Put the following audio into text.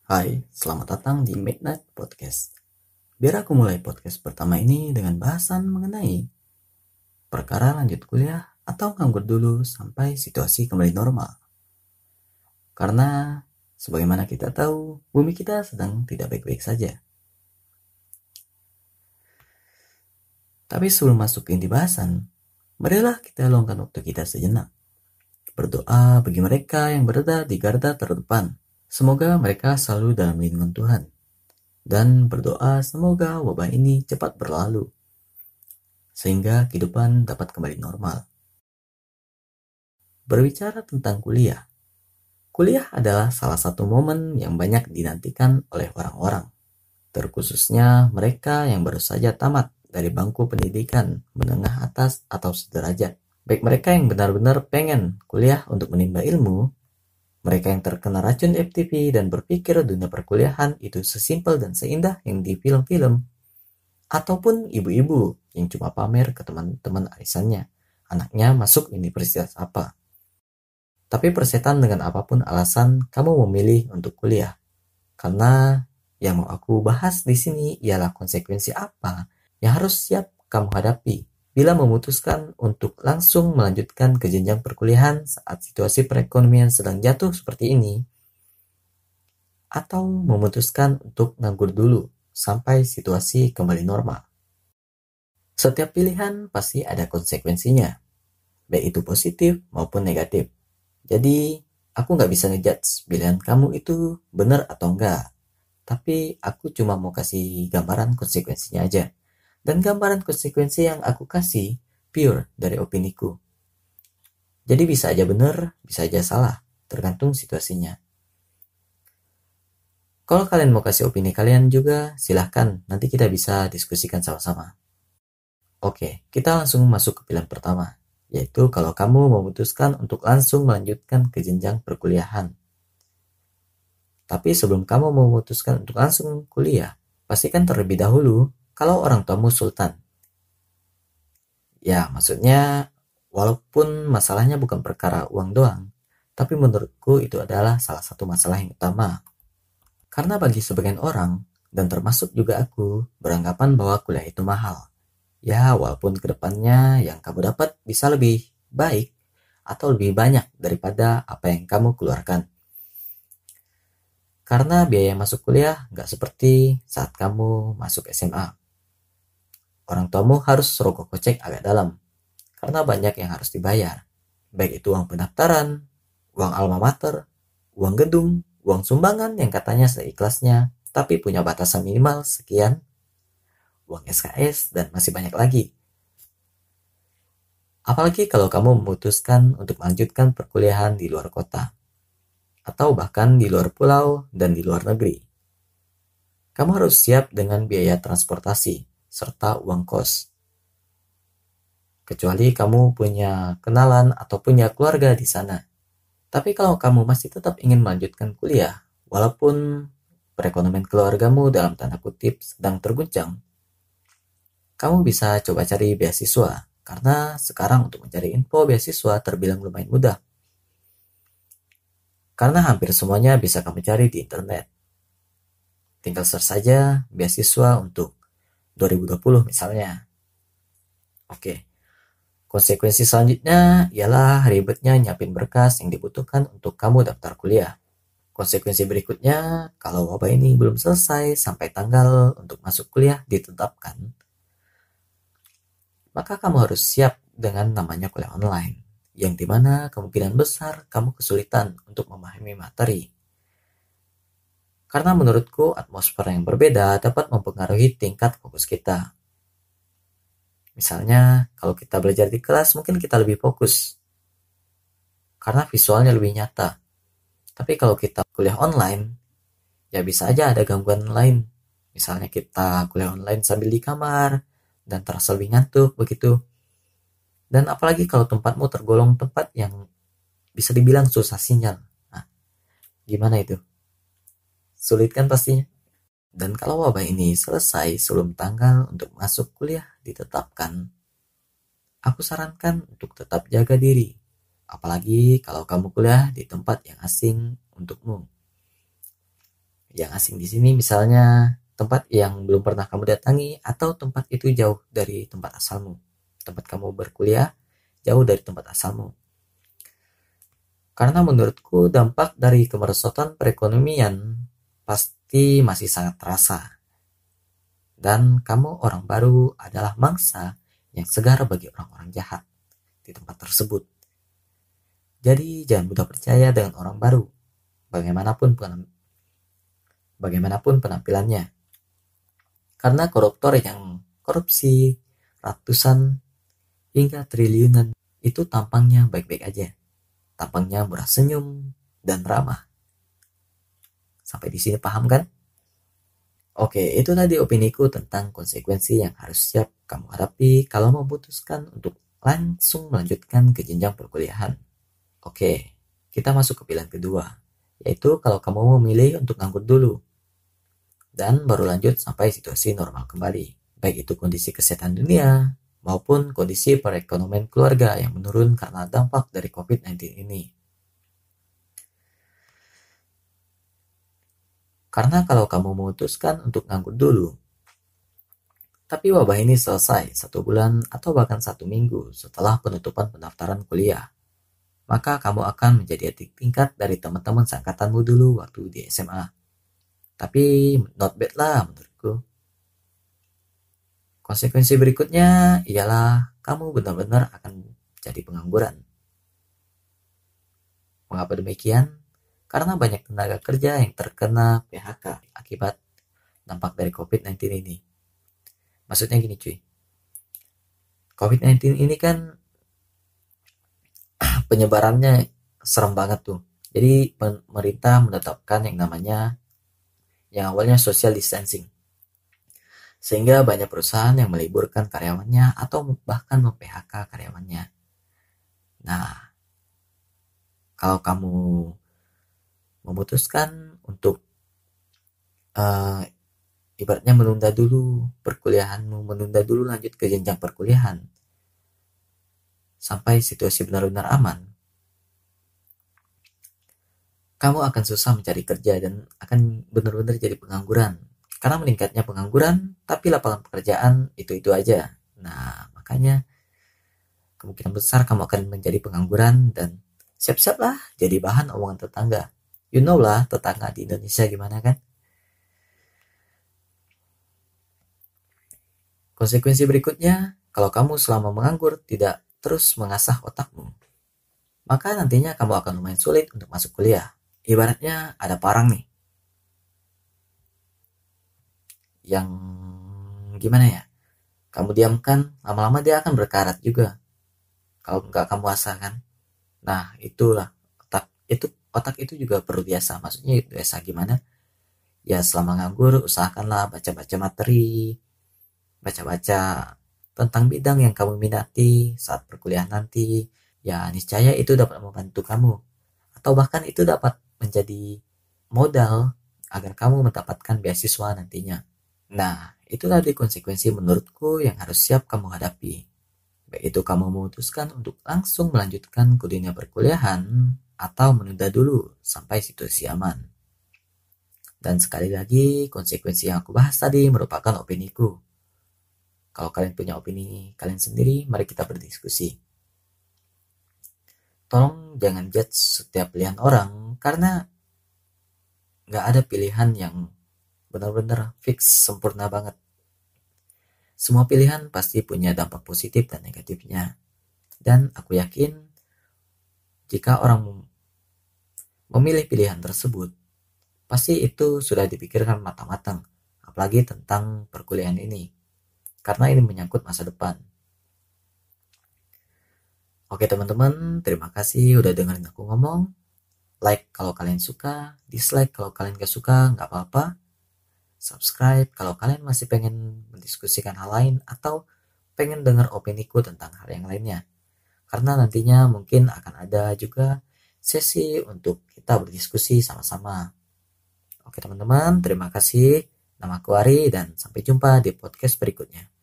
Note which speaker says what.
Speaker 1: Hai, selamat datang di Midnight Podcast. Biar aku mulai podcast pertama ini dengan bahasan mengenai perkara lanjut kuliah atau nganggur dulu sampai situasi kembali normal. Karena sebagaimana kita tahu, bumi kita sedang tidak baik-baik saja. Tapi sebelum masuk ke inti bahasan, marilah kita luangkan waktu kita sejenak. Berdoa bagi mereka yang berada di garda terdepan. Semoga mereka selalu dalam lindungan Tuhan. Dan berdoa semoga wabah ini cepat berlalu, sehingga kehidupan dapat kembali normal. Berbicara tentang kuliah, kuliah adalah salah satu momen yang banyak dinantikan oleh orang-orang, terkhususnya mereka yang baru saja tamat dari bangku pendidikan menengah atas atau sederajat. Baik mereka yang benar-benar pengen kuliah untuk menimba ilmu, mereka yang terkena racun FTP dan berpikir dunia perkuliahan itu sesimpel dan seindah yang di film-film, ataupun ibu-ibu yang cuma pamer ke teman-teman arisannya, anaknya masuk universitas apa. Tapi persetan dengan apapun alasan kamu memilih untuk kuliah. Karena yang mau aku bahas di sini ialah konsekuensi apa yang harus siap kamu hadapi bila memutuskan untuk langsung melanjutkan ke jenjang perkuliahan saat situasi perekonomian sedang jatuh seperti ini, atau memutuskan untuk nganggur dulu sampai situasi kembali normal. Setiap pilihan pasti ada konsekuensinya, baik itu positif maupun negatif. Jadi, aku nggak bisa ngejudge pilihan kamu itu benar atau enggak. Tapi aku cuma mau kasih gambaran konsekuensinya aja. Dan gambaran konsekuensi yang aku kasih pure dari opiniku. Jadi bisa aja benar, bisa aja salah, tergantung situasinya. Kalau kalian mau kasih opini kalian juga, silahkan. Nanti kita bisa diskusikan sama-sama. Oke, kita langsung masuk ke pilihan pertama, yaitu kalau kamu memutuskan untuk langsung melanjutkan ke jenjang perkuliahan. Tapi sebelum kamu memutuskan untuk langsung kuliah, pastikan terlebih dahulu kalau orang tuamu sultan. Ya, maksudnya walaupun masalahnya bukan perkara uang doang, tapi menurutku itu adalah salah satu masalah yang utama. Karena bagi sebagian orang, dan termasuk juga aku, beranggapan bahwa kuliah itu mahal. Ya, walaupun kedepannya yang kamu dapat bisa lebih baik atau lebih banyak daripada apa yang kamu keluarkan. Karena biaya masuk kuliah nggak seperti saat kamu masuk SMA. Orang tuamu harus rogoh kocek agak dalam, karena banyak yang harus dibayar. Baik itu uang pendaftaran, uang alma mater, uang gedung, uang sumbangan yang katanya seikhlasnya, tapi punya batasan minimal sekian, uang SKS, dan masih banyak lagi. Apalagi kalau kamu memutuskan untuk melanjutkan perkuliahan di luar kota, atau bahkan di luar pulau dan di luar negeri. Kamu harus siap dengan biaya transportasi, serta uang kos. Kecuali kamu punya kenalan atau punya keluarga di sana. Tapi kalau kamu masih tetap ingin melanjutkan kuliah, walaupun perekonomian keluargamu dalam tanda kutip sedang terguncang, kamu bisa coba cari beasiswa, karena sekarang untuk mencari info beasiswa terbilang lumayan mudah. Karena hampir semuanya bisa kamu cari di internet. Tinggal search saja beasiswa untuk 2020 misalnya. Oke. Konsekuensi selanjutnya ialah ribetnya nyiapin berkas yang dibutuhkan untuk kamu daftar kuliah. Konsekuensi berikutnya, kalau wabah ini belum selesai sampai tanggal untuk masuk kuliah ditetapkan, maka kamu harus siap dengan namanya kuliah online, yang dimana kemungkinan besar kamu kesulitan untuk memahami materi. Karena menurutku atmosfer yang berbeda dapat mempengaruhi tingkat fokus kita. Misalnya, kalau kita belajar di kelas mungkin kita lebih fokus, karena visualnya lebih nyata. Tapi kalau kita kuliah online, ya bisa aja ada gangguan lain. Misalnya kita kuliah online sambil di kamar, dan terasa lebih ngantuk begitu. Dan apalagi kalau tempatmu tergolong tempat yang bisa dibilang susah sinyal. Nah, gimana itu? Sulit kan pastinya? Dan kalau wabah ini selesai sebelum tanggal untuk masuk kuliah ditetapkan, aku sarankan untuk tetap jaga diri. Apalagi kalau kamu kuliah di tempat yang asing untukmu. Yang asing di sini misalnya tempat yang belum pernah kamu datangi atau tempat itu jauh dari tempat asalmu. Tempat kamu berkuliah jauh dari tempat asalmu. Karena menurutku dampak dari kemerosotan perekonomian pasti masih sangat terasa. Dan kamu orang baru adalah mangsa yang segar bagi orang-orang jahat di tempat tersebut. Jadi jangan mudah percaya dengan orang baru, bagaimanapun penampilannya. Karena koruptor yang korupsi ratusan hingga triliunan itu tampangnya baik-baik aja. Tampangnya murah senyum dan ramah. Sampai di sini paham kan? Oke, itu tadi opiniku tentang konsekuensi yang harus siap kamu hadapi kalau memutuskan untuk langsung melanjutkan ke jenjang perkuliahan. Oke, kita masuk ke pilihan kedua, yaitu kalau kamu memilih untuk nganggur dulu dan baru lanjut sampai situasi normal kembali, baik itu kondisi kesehatan dunia maupun kondisi perekonomian keluarga yang menurun karena dampak dari COVID-19 ini. Karena kalau kamu memutuskan untuk nganggur dulu, tapi wabah ini selesai 1 bulan atau bahkan 1 minggu setelah penutupan pendaftaran kuliah, maka kamu akan menjadi adik tingkat dari teman-teman seangkatanmu dulu waktu di SMA. Tapi not bad lah menurutku. Konsekuensi berikutnya ialah kamu benar-benar akan jadi pengangguran. Mengapa demikian? Karena banyak tenaga kerja yang terkena PHK akibat dampak dari COVID-19 ini. Maksudnya gini cuy, COVID-19 ini kan penyebarannya serem banget tuh. Jadi pemerintah menetapkan yang namanya yang awalnya social distancing. Sehingga banyak perusahaan yang meliburkan karyawannya atau bahkan mem-PHK karyawannya. Nah, kalau kamu memutuskan untuk ibaratnya menunda dulu perkuliahanmu, menunda dulu lanjut ke jenjang perkuliahan sampai situasi benar-benar aman, kamu akan susah mencari kerja dan akan benar-benar jadi pengangguran. Karena meningkatnya pengangguran, tapi lapangan pekerjaan itu-itu aja. Nah, makanya kemungkinan besar kamu akan menjadi pengangguran dan siap-siaplah jadi bahan omongan tetangga. You know lah tetangga di Indonesia gimana kan? Konsekuensi berikutnya, kalau kamu selama menganggur tidak terus mengasah otakmu, maka nantinya kamu akan lumayan sulit untuk masuk kuliah. Ibaratnya ada parang nih, yang gimana ya, kamu diamkan, lama-lama dia akan berkarat juga kalau nggak kamu asah kan. Nah itulah otak itu juga perlu biasa. Maksudnya biasa gimana ya, selama nganggur usahakanlah baca-baca materi, baca-baca tentang bidang yang kamu minati saat perkuliahan nanti. Ya niscaya itu dapat membantu kamu, atau bahkan itu dapat menjadi modal agar kamu mendapatkan beasiswa nantinya. Nah, itu tadi konsekuensi menurutku yang harus siap kamu hadapi. Baik itu kamu memutuskan untuk langsung melanjutkan ke dunia perkuliahan atau menunda dulu sampai situasi aman. Dan sekali lagi, konsekuensi yang aku bahas tadi merupakan opiniku. Kalau kalian punya opini kalian sendiri, mari kita berdiskusi. Tolong jangan judge setiap pilihan orang, karena gak ada pilihan yang benar-benar fix sempurna banget. Semua pilihan pasti punya dampak positif dan negatifnya. Dan aku yakin jika orang memilih pilihan tersebut, pasti itu sudah dipikirkan matang-matang, apalagi tentang perkuliahan ini, karena ini menyangkut masa depan. Oke teman-teman, terima kasih udah dengerin aku ngomong. Like kalau kalian suka, dislike kalau kalian gak suka, gak apa-apa. Subscribe kalau kalian masih pengen mendiskusikan hal lain atau pengen dengar opiniku tentang hal yang lainnya. Karena nantinya mungkin akan ada juga sesi untuk kita berdiskusi sama-sama. Oke teman-teman, terima kasih. Nama aku Ari dan sampai jumpa di podcast berikutnya.